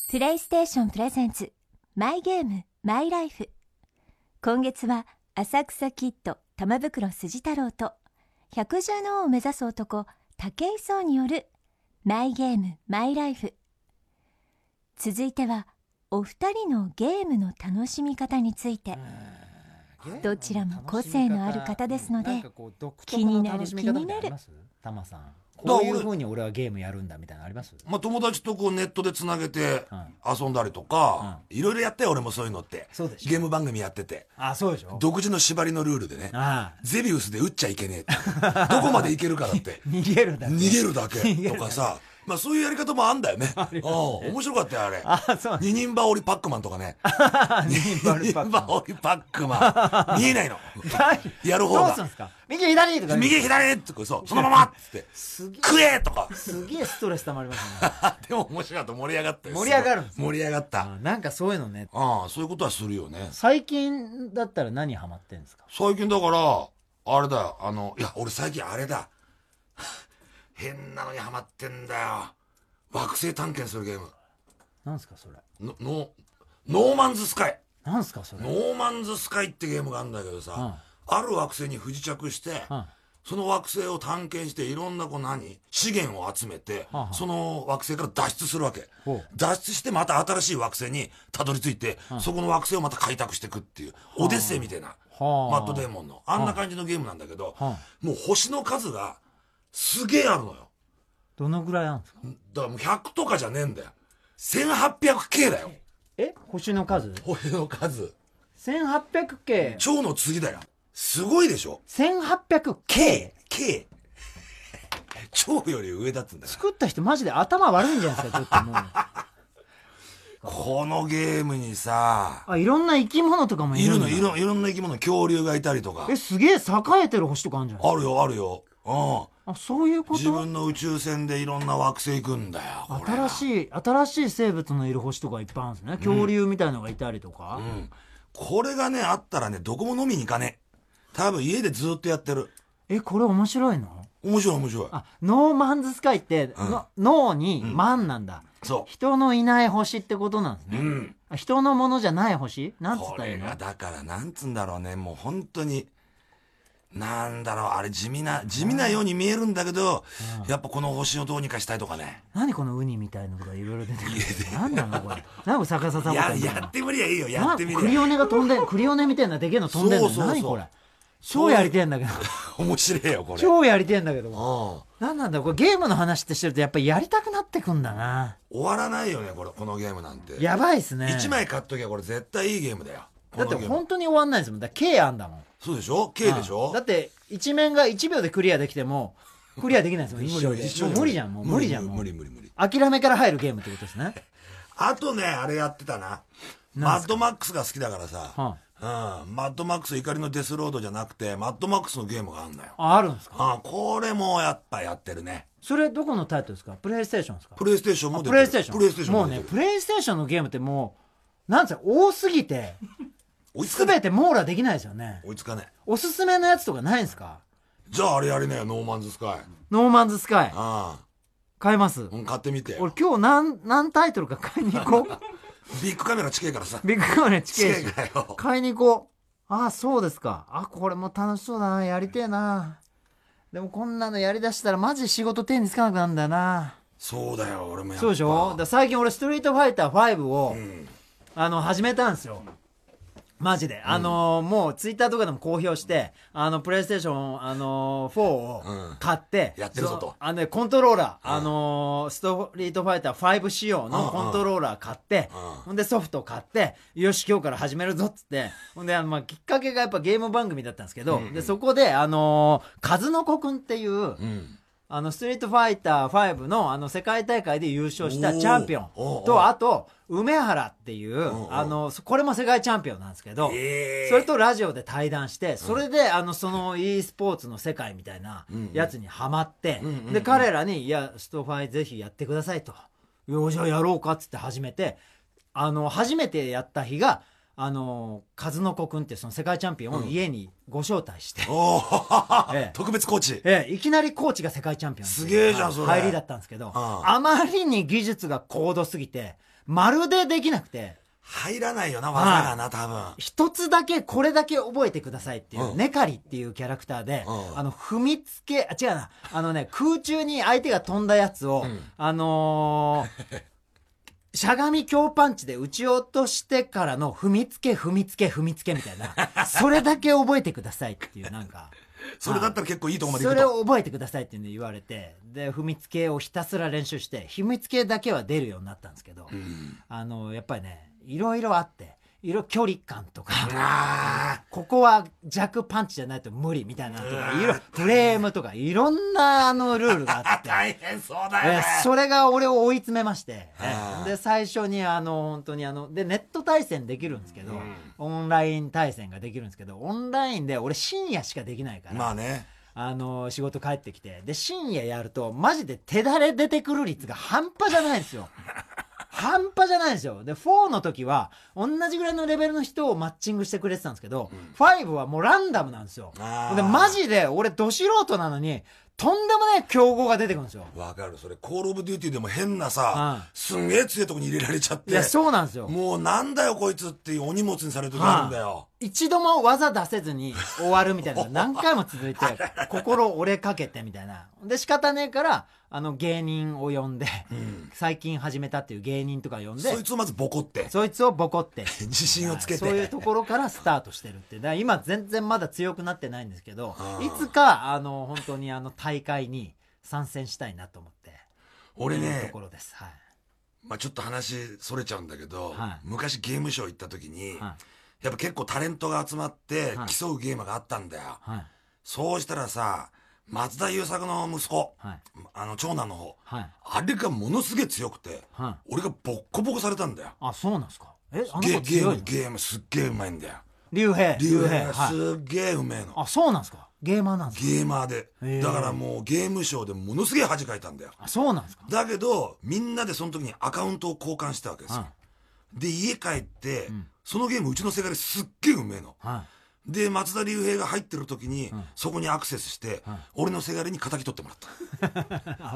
プレイステーションプレゼンツマイゲームマイライフ。今月は浅草キッド玉袋筋太郎と百獣の王を目指す男武井壮によるマイゲームマイライフ。続いてはお二人のゲームの楽しみ方について。どちらも個性のある方ですので気になる気になる。 タマさん、こういう風に俺はゲームやるんだみたいなのあります？ 友達とこうネットでつなげて遊んだりとか、いろいろやったよ俺もそういうのって。 そうでしょ。 ゲーム番組やってて。 あ、そうでしょ。独自の縛りのルールでね、ゼビウスで撃っちゃいけねえってどこまでいけるかだって逃げるだけとかさ、まあそういうやり方もあんだよね。面白かったよあれ。二人羽織パックマンとかね。二人羽織パックマン見えないのやる方が。 どうするんですか？右左とか右左ってそのままっつって食えとか。 すげえストレス溜まりますね。 でも面白かった。盛り上がったよ。 盛り上がるんです。 盛り上がった。 なんかそういうのね。 そういうことはするよね。 最近だったら何ハマってんですか？ 最近だからあれだよ、いや俺最近あれだ、変なのにハマってんだよ。惑星探検するゲーム。 なんすかそれ？ ノーマンズスカイ。 なんすかそれ？ ノーマンズスカイってゲームがあるんだけどさ、ある惑星に不時着して、その惑星を探検していろんな資源を集めて、その惑星から脱出するわけ。脱出してまた新しい惑星にたどり着いて、そこの惑星をまた開拓していくっていう、オデッセイみたいな、マット・デーモンのあんな感じのゲームなんだけど、もう星の数がすげえあるのよ。 どのぐらいあるんですか？ だからもう100とかじゃねえんだよ。1800K だよ。 星の数 1800K。 超の次だよ。すごいでしょ。 1800K。 K 超より上だっつんだよ。 作った人マジで頭悪いんじゃないですか。ちょっともうこのゲームにさ、 いろんな生き物とかもいるの。 いろんな生き物、恐竜がいたりとか。 すげえ栄えてる星とかあるんじゃない？ あるよ。 そういうこと。 自分の宇宙船でいろんな惑星行くんだよ。 新しい生物のいる星とかいっぱいあるんですね。恐竜みたいのがいたりとか、 これがねあったらね、どこも飲みに行かねえ。多分家でずっとやってる。 これ面白いの？ 面白い。 ノーマンズスカイって、ノーにマンなんだ。人のいない星ってことなんですね。人のものじゃない星？なんつったらいいの？ これがだからなんつんだろうね、もう本当になんだろう、あれ地味なように見えるんだけど、やっぱこの星をどうにかしたいとかね。 何このウニみたいのとかいろいろ出てくる。何なのこれ。何これ逆さサボテン。 やってみりゃいいよ。やってみりゃ。 クリオネが飛んで、クリオネみたいなでけえの飛んでんの。何これ。超やりてえんだけど。 面白いよこれ。 超やりてえんだけど。何なんだこれ。ゲームの話ってしてるとやっぱりやりたくなってくんだな。 終わらないよねこのゲームなんて。 やばいっすね。 1枚買っときゃこれ絶対いいゲームだよ。 だって本当に終わんないですもん。だから K あんだもん。 そうでしょ。 K でしょ。 だって一面が1秒でクリアできてもクリアできないですもん。一生で。もう無理じゃん。無理。諦めから入るゲームってことですね。 あとね、あれやってたな。マッドマックスが好きだからさ、マッドマックス怒りのデスロードじゃなくてマッドマックスのゲームがあるんだよ。 あるんですか？ これもやっぱやってるね。 それどこのタイトルですか？プレイステーションですか？ プレイステーションも出てる。 プレイステーションもうね、プレイステーションのゲームってもうなんつう多すぎて全て網羅できないですよね。 追いつかない。 おすすめのやつとかないんですか？ じゃああれやりなよ、ノーマンズスカイ。 ノーマンズスカイ。買います。 買ってみて。 俺今日何タイトルか買いに行こう。 ビッグカメラ近いからさ。 ビッグカメラ近いし買いに行こう。そうですか。これも楽しそうだな。やりてえな。でもこんなのやりだしたらマジ仕事手につかなくなるんだよな。 そうだよ、俺もやっぱ。 そうでしょ。最近俺ストリートファイター5を、始めたんですよ。マジで。もうツイッターとかでも公表して、プレイステーション、4を買って、 やってるぞと。 コントローラー、ストリートファイター5仕様のコントローラー買って、ほんでソフト買って、よし、今日から始めるぞっつって、ほんで、きっかけがやっぱゲーム番組だったんですけど、で、そこで、数の子くんっていう、ストリートファイター5の世界大会で優勝したチャンピオンと、あと、梅原っていう、これも世界チャンピオンなんですけど、それとラジオで対談して、それで、その e スポーツの世界みたいなやつにハマって、で、彼らに、いや、ストファイぜひやってくださいと。じゃあやろうかっつって始めて、初めてやった日が、 数の子くんってその世界チャンピオンを家にご招待して、 特別コーチ。 いきなりコーチが世界チャンピオン。 すげえじゃん、それ。 入りだったんですけど、あまりに技術が高度すぎて、まるでできなくて。 入らないよな、技がな、多分。 一つだけ、これだけ覚えてくださいっていう、ネカリっていうキャラクターで、踏みつけ、違うな、空中に相手が飛んだやつを、しゃがみ強パンチで撃ち落としてからの踏みつけみたいな。それだけ覚えてくださいっていう、なんか。 それだったら結構いいとこまで行くと。 それを覚えてくださいって言われて、で、踏みつけをひたすら練習して、踏みつけだけは出るようになったんですけど、やっぱりね、いろいろあって、距離感とか、ここは弱パンチじゃないと無理みたいなとか、フレームとか、いろんなルールがあって。 大変そうだよね。 それが俺を追い詰めまして、で、最初に本当にで、ネット対戦できるんですけど、オンライン対戦ができるんですけど、オンラインで俺深夜しかできないから、 まあね。 仕事帰ってきて、で、深夜やると、マジで手だれ出てくる率が半端じゃないんですよ。半端じゃないんですよ。で、4の時は、同じぐらいのレベルの人をマッチングしてくれてたんですけど、5はもうランダムなんですよ。で、マジで、俺、ど素人なのに、とんでもない競合が出てくるんですよ。 わかる。それ、コールオブデューティーでも変なさ、すんげえ強いとこに入れられちゃって。 いや、そうなんですよ。 もうなんだよこいつっていうお荷物にされる時あるんだよ。 一度も技出せずに終わるみたいなのが何回も続いて、心折れかけてみたいな。で、仕方ねえから、芸人を呼んで、最近始めたっていう芸人とか呼んで、 そいつをまずボコって。 そいつをボコって。 自信をつけて。 そういうところからスタートしてるって。だから今全然まだ強くなってないんですけど、いつか、本当に大会に参戦したいなと思って。 俺ね、 ところです。はい。 まあちょっと話それちゃうんだけど、 はい、 昔ゲームショー行った時に、 はい、 やっぱ結構タレントが集まって競うゲームがあったんだよ。はい、そうしたらさ、松田優作の息子、はい、長男の方、はい、あれがものすげえ強くて、はい、俺がボッコボコされたんだよ。 あ、そうなんですか。 ゲームすっげえうまいんだよ。 竜兵すっげえうめえの。 あ、そうなんですか。ゲーマーなんですか。 ゲーマーで。だからもうゲームショーでものすげえ恥かいたんだよ。 あ、そうなんですか。 だけど、みんなでその時にアカウントを交換したわけですよ。はい、で、家帰って、そのゲームうちのせがれすっげえうめえの。はい、で、松田龍平が入ってる時に、そこにアクセスして、俺のせがれに仇取ってもらった。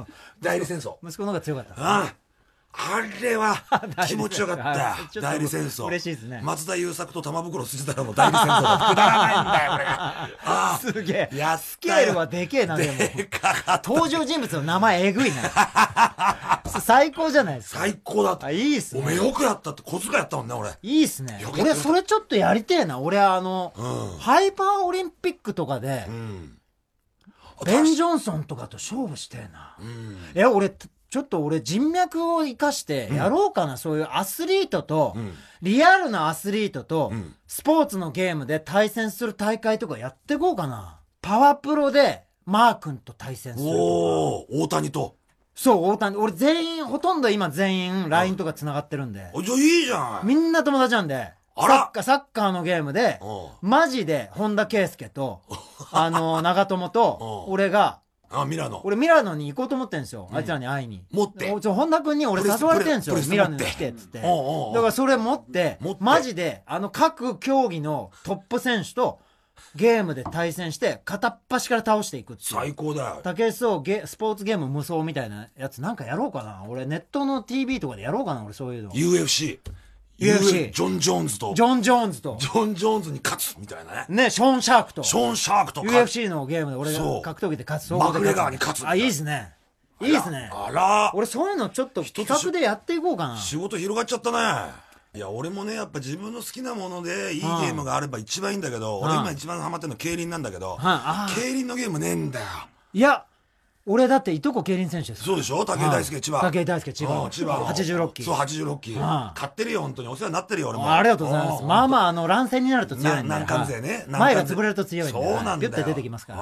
代理戦争。 息子の方が強かった。 あれは気持ちよかったよ。代理戦争。 嬉しいですね。 松田優作と玉袋筋太郎の代理戦争がくだらないんだよ、これが。 すげえ。スケールはでけえな、でも。登場人物の名前えぐいな。最高じゃないですか。 最高だった。 いいっすね。 おめえよくやったって、小遣いやったもんね、俺。 いいっすね。俺、それちょっとやりてえな。俺、ハイパーオリンピックとかで、ベン・ジョンソンとかと勝負してえな。俺、ちょっと俺人脈を生かしてやろうかな、そういうアスリートと、リアルなアスリートと、スポーツのゲームで対戦する大会とかやってこうかな。パワプロでマー君と対戦するとか。 大谷と。 そう、大谷。俺ほとんど今全員 LINE とか繋がってるんで。 じゃあいいじゃん。 みんな友達なんで。サッカーのゲームで、マジで本田圭佑と、長友と、俺が、 ミラノ。 俺ミラノに行こうと思ってんですよ。あいつらに会いに。 持って。 本田君に俺誘われてんですよ。ミラノに来てっつって。だからそれ持って、マジで、各競技のトップ選手とゲームで対戦して、片っ端から倒していくっていう。 最高だよ。 竹内壮スポーツゲーム無双みたいなやつなんかやろうかな。俺ネットの TV とかでやろうかな、俺そういうの。 UFC。ジョン・ジョーンズと。 ジョン・ジョーンズと。 ジョン・ジョーンズに勝つみたいなね。 ね、ショーン・シャークと。 ショーン・シャークと。 UFC のゲームで俺が格闘技で勝つ。 マクレガーに勝つ。 あ、いいですね。いいですね。 あら。 俺そういうのちょっと企画でやっていこうかな。 仕事広がっちゃったね。いや、俺もね、やっぱ自分の好きなものでいいゲームがあれば一番いいんだけど、俺今一番ハマってるの競輪なんだけど、競輪のゲームねえんだよ。 いや、俺だっていとこ競輪選手です。 そうでしょ。武井大輔千葉。 武井大輔千葉。86期。 そう、86期。買ってるよ、本当に。お世話になってるよ、俺も。 ありがとうございます。まあまあ、乱戦になると強いんで。 難関勢ね。 前が潰れると強いんで。 そうなんだよ。 ビュッて出てきますから。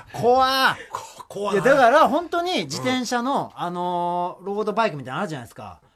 怖い。いや、だから本当に自転車の、ロードバイクみたいなのあるじゃないですか。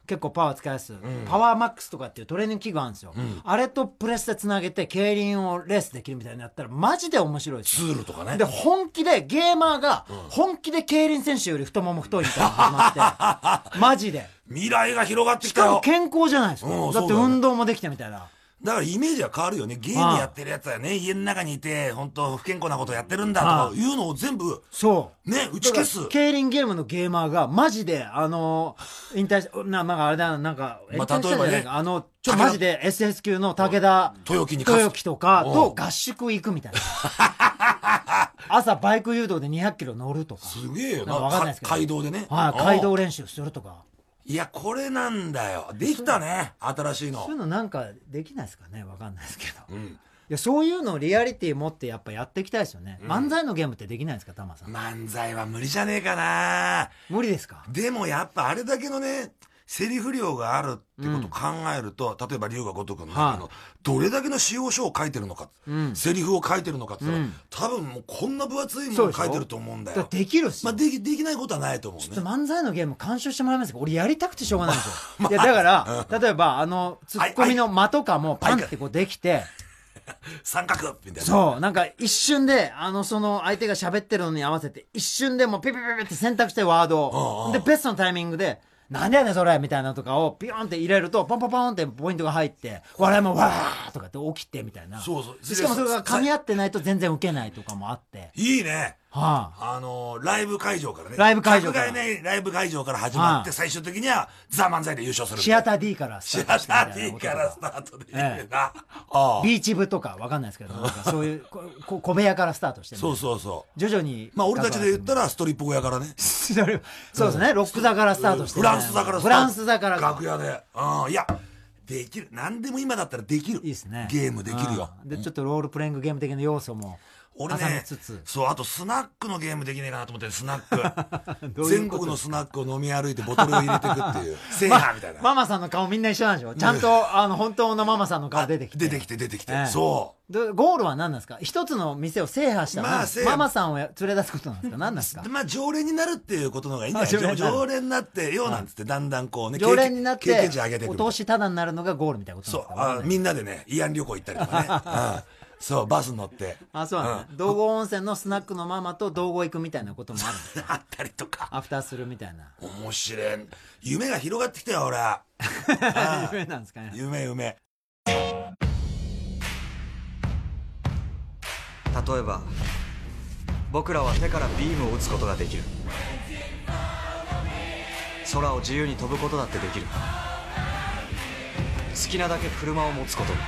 結構パワー使いやすい、パワーマックスとかっていうトレーニング器具あるんですよ、あれとプレスでつなげて競輪をレースできるみたいになったらマジで面白いですツールとかね。 で本気でゲーマーが本気で競輪選手より太もも太いみたいなのが始まってマジで未来が広がってきしたかもよ。 健康じゃないですか、 うんだって運動もできてみたいな。 だからイメージは変わるよね。ゲームやってるやつはね、家の中にいて本当不健康なことやってるんだとかいうのを全部そうね打ち消す。 競輪ゲームのゲーマーがマジで引退しなんかあれだなんかまあ例えばねマジで SS 級の武田豊樹に勝つ豊樹とかと合宿行くみたいな朝バイク誘導で200キロ乗るとかすげえよな。 わかんないですけど街道でね。 街道練習するとか。 いやこれなんだよ。できたね新しいの。 そういうのなんかできないですかね、わかんないですけど、いやそういうのをリアリティ持ってやっぱやっていきたいですよね、漫才のゲームってできないですかタマさん。 漫才は無理じゃねえかな。 無理ですか。 でもやっぱあれだけのねセリフ量があるってことを考えると、例えば龍が如くの中のどれだけの使用書を書いてるのか、セリフを書いてるのかって言ったら、多分もうこんな分厚いものを書いてると思うんだよ。 できるっすよ、 まあ、できないことはないと思うね。 ちょっと漫才のゲーム監修してもらえますか。俺やりたくてしょうがないんですよ、いやだから例えばツッコミの間とかもパンってこうできて、 三角みたいな。 そうなんか一瞬でその相手が喋ってるのに合わせて一瞬でもうピピピピって選択してワードをでベストのタイミングでなんでやねんそれみたいなのとかをピヨンって入れるとポンポンポンってポイントが入って笑いもわーとかって起きてみたいな。 そうそう。 しかもそれが噛み合ってないと全然ウケないとかもあって、 いいね。 はライブ会場からね。 ライブ会場から客がね、ライブ会場から始まって、最終的にはザ・漫才で優勝する。 シアター D からスタートしてみたいなシアター D からスタートでいいねな、ビーチ部とかわかんないですけどなんかそういう小部屋からスタートしてそうそうそう。 徐々にまあ俺たちで言ったらストリップ小屋からね。 そうですね、ロック座からスタートして、 フランス座からフランス座から楽屋で。いやできる。何でも今だったらできる。 いいですね。 ゲームできるよ。 でちょっとロールプレイングゲーム的な要素も俺ね、そう、あとスナックのゲームできねえかなと思って、スナック。全国のスナックを飲み歩いてボトルを入れていくっていう、制覇みたいな。 ママさんの顔みんな一緒なんでしょ、ちゃんと、本当のママさんの顔出てきて。 出てきて。そう。 ゴールは何なんですか。一つの店を制覇したら、ママさんを連れ出すことなんですか。何なんですか。 まあ、常連になるっていうことの方がいいんじゃない。常連になって、ようなんつって、だんだんこうね、 常連になって、 経験値上げていく。 お通しタダになるのがゴールみたいなことなんですか。 そう。みんなでね、慰安旅行行ったりとかね。そう、バス乗って。 そうなんだ。道後温泉のスナックのママと道後行くみたいなこともあるんですあったりとか。 アフターするみたいな。 面白い。夢が広がってきたよ、俺。 夢なんですかね。 夢。 例えば僕らは手からビームを撃つことができる。空を自由に飛ぶことだってできる。好きなだけ車を持つことも。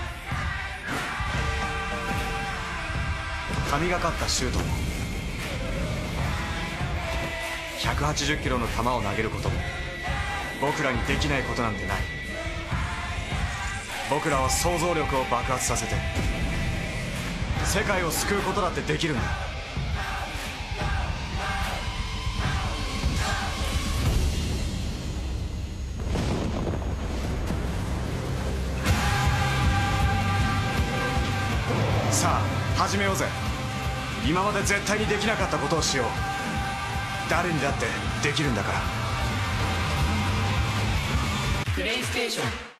神がかったシュートも。180キロの球を投げることも僕らにできないことなんてない。僕らは想像力を爆発させて世界を救うことだってできるんだ。さあ始めようぜ。今まで絶対にできなかったことをしよう。誰にだってできるんだから。 プレイステーシ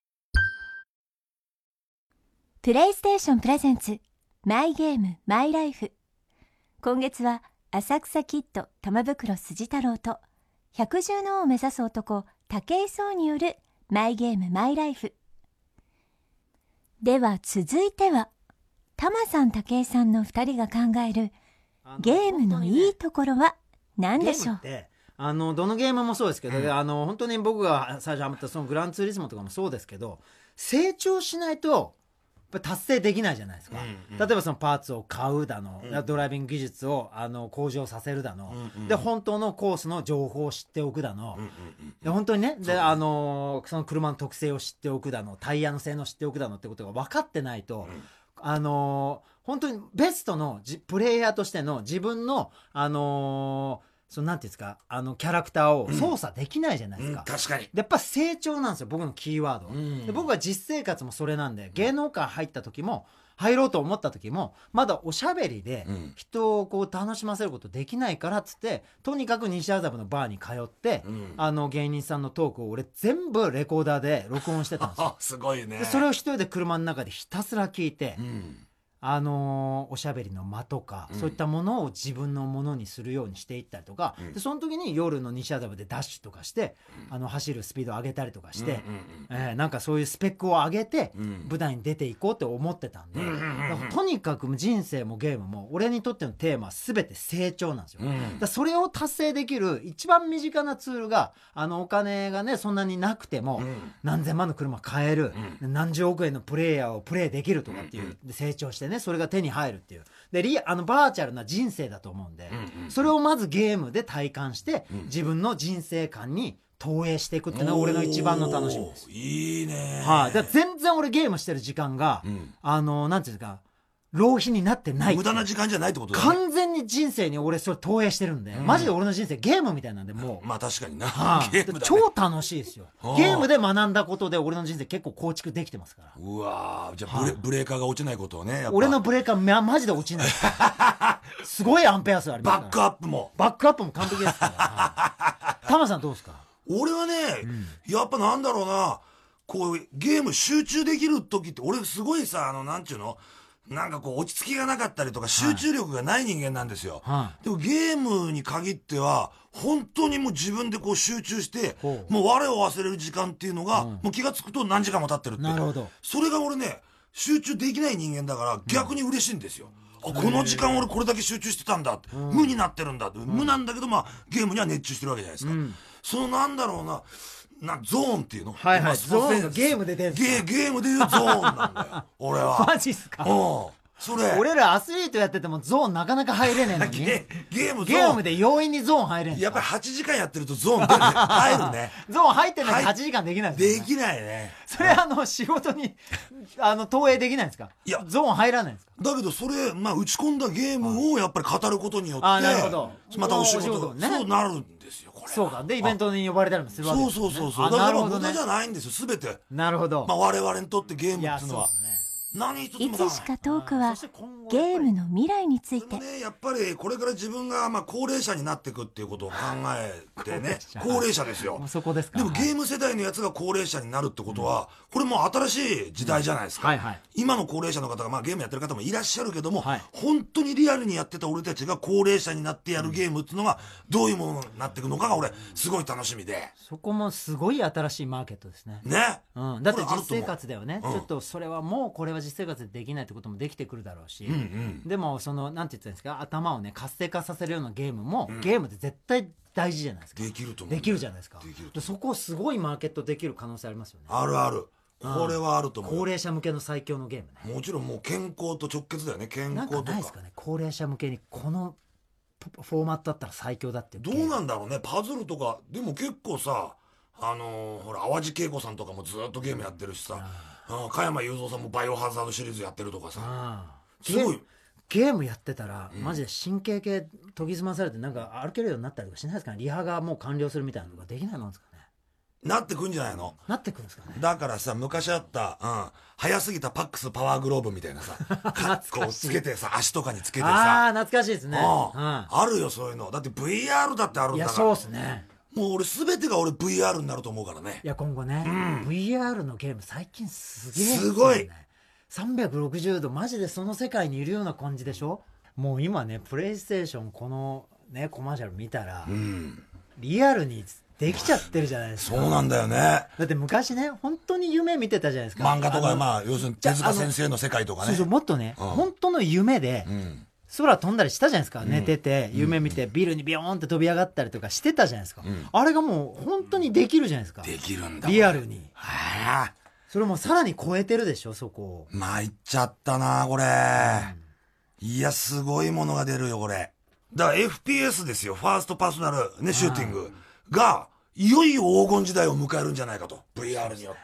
ョンプレゼンツマイゲームマイライフ。今月は浅草キッド玉袋筋太郎と百獣の王を目指す男武井壮によるマイゲームマイライフでは、続いてはタマさん武井さんの2人が考えるゲームのいいところは何でしょう。 ゲームってどのゲームもそうですけど、本当に僕が最初ハマったそのグランツーリスモとかもそうですけど、成長しないとやっぱ達成できないじゃないですか、例えばそのパーツを買うだの、ドライビング技術を向上させるだの、で本当のコースの情報を知っておくだの、で本当にね、でその車の特性を知っておくだの、タイヤの性能を知っておくだのってことが分かってないと、本当にベストのプレイヤーとしての自分のそのなんていうんですか、キャラクターを操作できないじゃないですか、 確かに。 でやっぱ成長なんですよ、僕のキーワード、で僕は実生活もそれなんで、芸能界入った時も入ろうと思った時もまだおしゃべりでうん人をこう楽しませることできないからっつってとにかく西麻布のバーに通って、芸人さんのトークを俺全部レコーダーで録音してたんですよあすごいね。 でそれを一人で車の中でひたすら聞いて、 うんおしゃべりの間とか、そういったものを自分のものにするようにしていったりとか、でその時に夜の西麻布でダッシュとかして、走るスピードを上げたりとかして、なんかそういうスペックを上げて、舞台に出ていこうって思ってたんで、だからとにかく人生もゲームも俺にとってのテーマは全て成長なんですよ、だからそれを達成できる一番身近なツールがお金がねそんなになくても、何千万の車買える、何十億円のプレイヤーをプレイできるとかっていうで成長してねそれが手に入るっていうでバーチャルな人生だと思うんで、それをまずゲームで体感して、自分の人生観に投影していくっていうのが俺の一番の楽しみです。 いいね。 はい、だから全然俺ゲームしてる時間が、なんていうんですか浪費になってない。 無駄な時間じゃないってことだね。 完全に人生に俺それ投影してるんで、マジで俺の人生ゲームみたいなんでもう。 まあ確かにな。 ゲームだね、超楽しいですよ。ゲームで学んだことで俺の人生結構構築できてますから。 うわーじゃあブレーカーが落ちないことをね。やっぱ俺のブレーカーマジで落ちない。すごいアンペア数ありますから。 バックアップも。 バックアップも完璧ですから。タマさんどうですか？ 俺はね、やっぱなんだろうな、こうゲーム集中できる時って俺すごいさなんちゅうの。なんかこう落ち着きがなかったりとか集中力がない人間なんですよ、でもゲームに限っては本当にもう自分でこう集中してもう我を忘れる時間っていうのが、もう気がつくと何時間も経ってるって。 なるほど。 それが俺ね集中できない人間だから逆に嬉しいんですよ、この時間俺これだけ集中してたんだって、無になってるんだって、無なんだけどまあゲームには熱中してるわけじゃないですか、そのなんだろうなゾーンっていうの、 はいはい、ゾーンがゲームで出るゲームでいうゾーンなんだよ俺は。 マジっすか？ それ俺らアスリートやっててもゾーンなかなか入れねえのにゲームで容易にゾーン入れんすか？ やっぱり8時間やってるとゾーン出るね入るねゾーン入ってないと8時間できないですよね。 できないね。 それ仕事に投影できないんですか？ いやゾーン入らないんですか？ だけどそれ、まあ、打ち込んだゲームをやっぱり語ることによって、 なるほど、 またお仕事ね、 そうなるんですよこれ。 そうか。でイベントに呼ばれたりもするわけですね。 そうだから無駄じゃないんですよ全て。 なるほど。 まあ、我々にとってゲームっていうのは何一ついもつしかトークはゲームの未来について。 ね、やっぱりこれから自分がまあ高齢者になっていくっていうことを考えてね高齢者ですよ。 もうそこですか。 でもゲーム世代のやつが高齢者になるってことは、これもう新しい時代じゃないですか、今の高齢者の方が、まあ、ゲームやってる方もいらっしゃるけども、本当にリアルにやってた俺たちが高齢者になってやるゲームっていうのがどういうものになっていくのかが俺すごい楽しみで。 そこもすごい新しいマーケットですね。 ね、 だって実生活ではね、ちょっとそれはもうこれは実生活でできないってこともできてくるだろうし、でもなんて言ったんですか、頭をね活性化させるようなゲームも、ゲームって絶対大事じゃないですか。 できると思う。 できるじゃないですか。そこすごいマーケットできる可能性ありますよね。 あるある。これはあると思う。 高齢者向けの最強のゲームね。 もちろんもう健康と直結だよね。健康とか。 なんかないですかね、高齢者向けにこのフォーマットだったら最強だっていう。 どうなんだろうね、パズルとか。でも結構さ、ほら淡路恵子さんとかもずっとゲームやってるしさ、加山雄三さんもバイオハザードシリーズやってるとかさ、すごいゲームやってたら、マジで神経系研ぎ澄まされてなんか歩けるようになったりとかしないですかね。リハがもう完了するみたいなのができないもんですかね。 なってくんじゃないの？ なってくるんですかね。 だからさ、昔あった、早すぎたパックスパワーグローブみたいなさこうつけてさ、足とかにつけてさ、 懐かしいですね。 あるよそういうの。だって VR だってあるんだから。 いやそうですね。 もう俺全てが俺 VR になると思うからね。 いや今後ね、VR のゲーム最近すげえ、 すごい 360度マジでその世界にいるような感じでしょ。もう今ねプレイステーションこのねコマーシャル見たら、リアルにできちゃってるじゃないですか。 そうなんだよね。 だって昔ね本当に夢見てたじゃないですか。 漫画とかまあ要するに手塚先生の世界とかね。 そうもっとね、本当の夢で、空飛んだりしたじゃないですか。寝てて夢見てビルにビヨーンって飛び上がったりとかしてたじゃないですか。あれがもう本当にできるじゃないですか。 できるんだリアルに。 はあ、 それもさらに超えてるでしょそこ。 参っちゃったなこれ、いやすごいものが出るよこれ。だから FPS ですよ。ファーストパーソナルねシューティングがいよいよ黄金時代を迎えるんじゃないかと VR によって。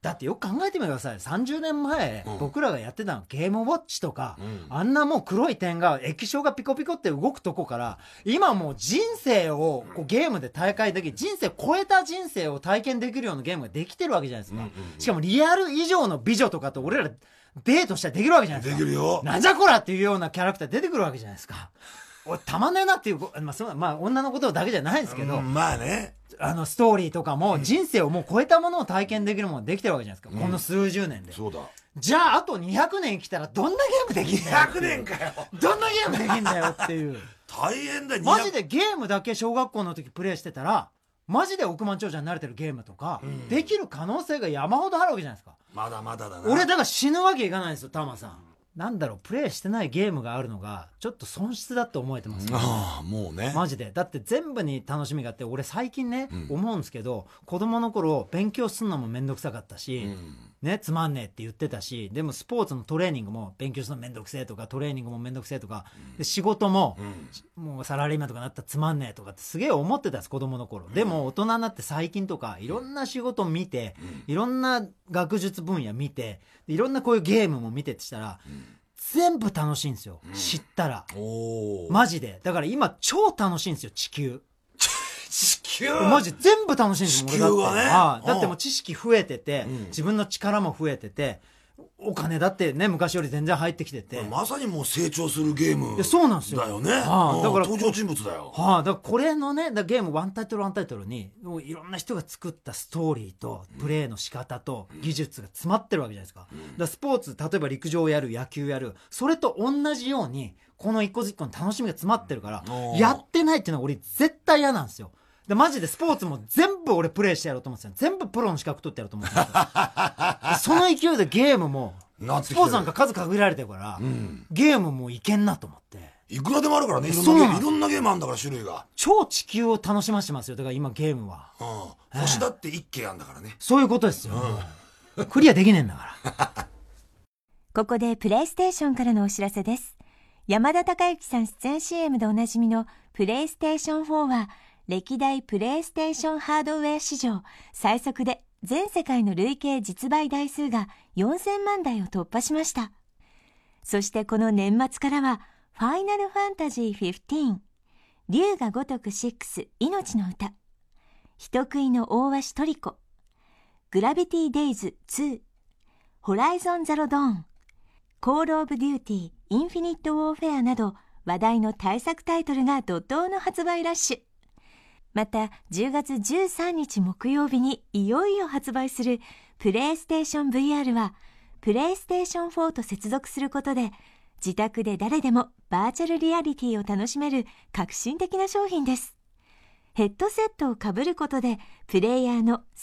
だってよく考えてみてください。30年前、僕らがやってたのゲームウォッチとか、あんなもう黒い点が液晶がピコピコって動くとこから、今もう人生をこうゲームで大会できる、人生を超えた人生を体験できるようなゲームができてるわけじゃないですか。しかもリアル以上の美女とかと俺らデートしたらできるわけじゃないですか。 できるよ。 なんじゃこらっていうようなキャラクター出てくるわけじゃないですか。俺たまんねえなっていう、まあ女のことだけじゃないんですけど、 まあね、 ストーリーとかも人生をもう超えたものを体験できるものができてるわけじゃないですか、この数十年で。 そうだ。 じゃああと200年生きたらどんなゲームできんだよ。 200年かよ。 どんなゲームできんだよっていう。 大変だよ。 マジでゲームだけ小学校の時プレイしてたら、マジで億万長者になれてるゲームとか、できる可能性が山ほどあるわけじゃないですか。 まだまだだな。 俺だから死ぬわけいかないんですよ、タマさん。なんだろう、プレイしてないゲームがあるのがちょっと損失だって思えてます、 ああ、もうね。 マジで。だって全部に楽しみがあって、俺最近ね、思うんですけど、子供の頃勉強するのもめんどくさかったし、ね、つまんねえって言ってたし、でもスポーツのトレーニングも勉強するのめんどくせえとか、トレーニングもめんどくせえとか、で仕事も、もうサラリーマンとかなったらつまんねえとかってすげえ思ってたんです、子供の頃。でも大人になって最近とかいろんな仕事見て、いろんな学術分野見て、いろんなこういうゲームも見てってしたら、全部楽しいんですよ、知ったら。マジで。だから今超楽しいんですよ、地球。 地球マジ全部楽しいんですよ、 地球はね。 だってもう知識増えてて、自分の力も増えてて、お金だってね、昔より全然入ってきてて。 まさにもう成長するゲームそうなんですよだよね。 だから登場人物だよ。 だからこれのね、ゲームワンタイトルワンタイトルにもういろんな人が作ったストーリーとプレーの仕方と技術が詰まってるわけじゃないですか。だからスポーツ、例えば陸上やる、野球やる、それと同じようにこの一個一個の楽しみが詰まってるから、やってないっていうのは俺絶対嫌なんですよ。でマジでスポーツも全部俺プレイしてやろうと思ってたよ。全部プロの資格取ってやろうと思ってたその勢いでゲームもスポーツなんか数限られてるから、ゲームもいけんなと思って。 いくらでもあるからね、いろんなゲームあるんだから、種類が。 超地球を楽しませてますよ、だから今ゲームは。 星だって一軒あんだからね。 そういうことですよ。クリアできねえんだから。 ここでプレイステーションからのお知らせです。山田孝之さん出演 CM でおなじみのプレイステーション4は、歴代プレイステーションハードウェア史上最速で全世界の累計実売台数が4000万台を突破しました。そしてこの年末からはファイナルファンタジー15、竜が如く6、命の歌、人食いの大鷲トリコ、グラビティデイズ2、ホライゾンザロドーン、コールオブデューティー、インフィニットウォーフェアなど話題の大作タイトルが怒涛の発売ラッシュ。また10月13日木曜日にいよいよ発売するプレイステーション VR はプレイステーション4と接続することで自宅で誰でもバーチャルリアリティを楽しめる革新的な商品です。ヘッドセットをかぶることでプレイヤーの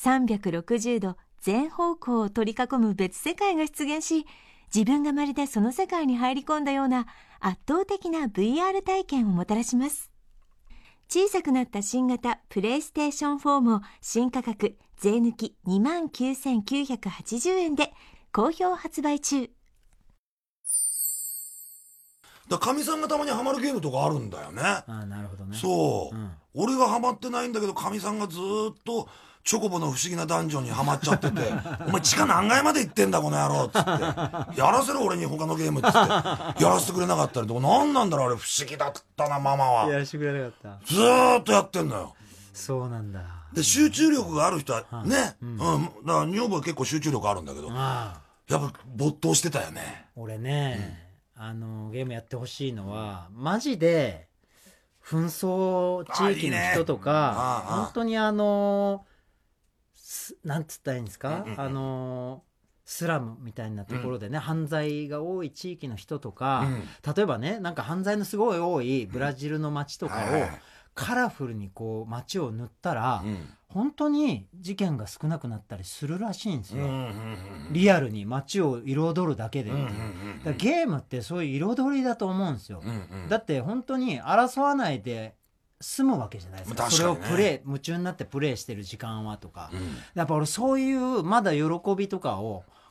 360度全方向を取り囲む別世界が出現し、自分がまるでその世界に入り込んだような圧倒的な VR 体験をもたらします。小さくなった新型プレイステーション4も新価格税抜き 29,980 円で好評発売中。 かみさんがたまにハマるゲームとかあるんだよね。 なるほどね。 そう、俺がハマってないんだけど、かみさんがずっとチョコボの不思議なダンジョンにハマっちゃっててお前地下何階まで行ってんだこの野郎っつってやらせろ俺に他のゲームっつってやらせてくれなかったりとか、何なんだろうあれ、不思議だったなママは。 やらせてくれなかった。 ずーっとやってんのよ。 そうなんだ。 で集中力がある人はね、だから女房は結構集中力あるんだけど、やっぱ没頭してたよね。 俺ね、ゲームやってほしいのはマジで紛争地域の人とか、本当になんつったらいいんですか、スラムみたいなところでね、犯罪が多い地域の人とか、例えばね、なんか犯罪のすごい多いブラジルの街とかをカラフルにこう街を塗ったら、本当に事件が少なくなったりするらしいんですよ、リアルに街を彩るだけで、だからゲームってそういう彩りだと思うんですよ、だって本当に争わないで済むわけじゃないですか、それを夢中になってプレイしてる時間はとか、やっぱ俺そういうまだ喜びとかを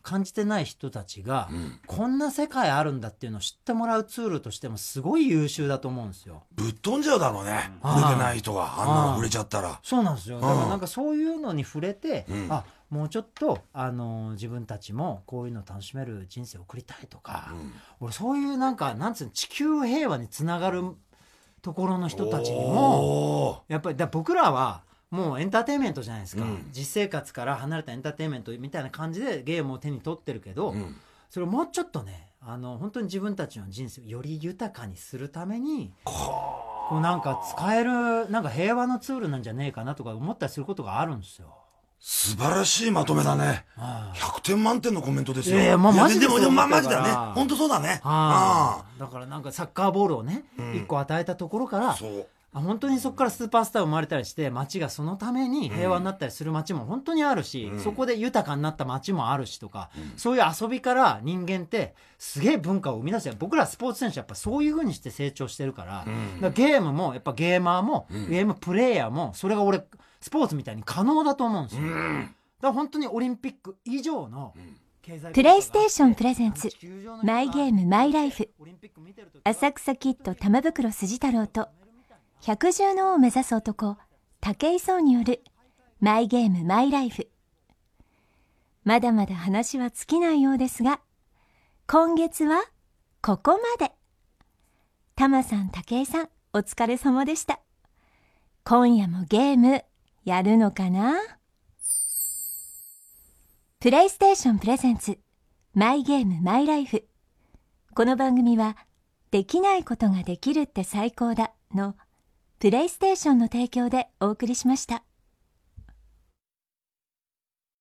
感じてない人たちが、こんな世界あるんだっていうのを知ってもらうツールとしてもすごい優秀だと思うんですよ。 ぶっ飛んじゃうだろうね、触れてない人があんなの触れちゃったら。 そうなんですよ。だからなんかそういうのに触れて、 んもうちょっと自分たちもこういうのを楽しめる人生を送りたいとか、俺そういうなんつうの、地球平和につながるところの人たちにもやっぱり僕らはもうエンターテインメントじゃないですか、実生活から離れたエンターテインメントみたいな感じでゲームを手に取ってるけど、それをもうちょっとね本当に自分たちの人生をより豊かにするためにこうなんか使えるなんか平和のツールなんじゃねえかなとか思ったりすることがあるんですよ。 素晴らしいまとめだね。100点満点のコメントですよ。 マジでそう思ったからマジだね。本当そうだね。 だからなんかサッカーボールをね、1個与えたところから本当にそこからスーパースター生まれたりして街がそのために平和になったりする街も本当にあるし、そこで豊かになった街もあるしとか、そういう遊びから人間ってすげえ文化を生み出して、僕らスポーツ選手やっぱそういう風にして成長してるから、だからゲームもやっぱゲーマーも、ゲームプレイヤーもそれが俺スポーツみたいに可能だと思うんですよ。だから本当にオリンピック以上のプレイステーションプレゼンツマイゲームマイライフ、浅草キッド玉袋筋太郎と百獣の王を目指す男武井壮によるマイゲームマイライフ。まだまだ話は尽きないようですが、今月はここまで。玉さん武井さんお疲れ様でした。今夜もゲームやるのかな。プレイステーションプレゼンツマイゲームマイライフ。この番組はできないことができるって最高だのプレイステーションの提供でお送りしました。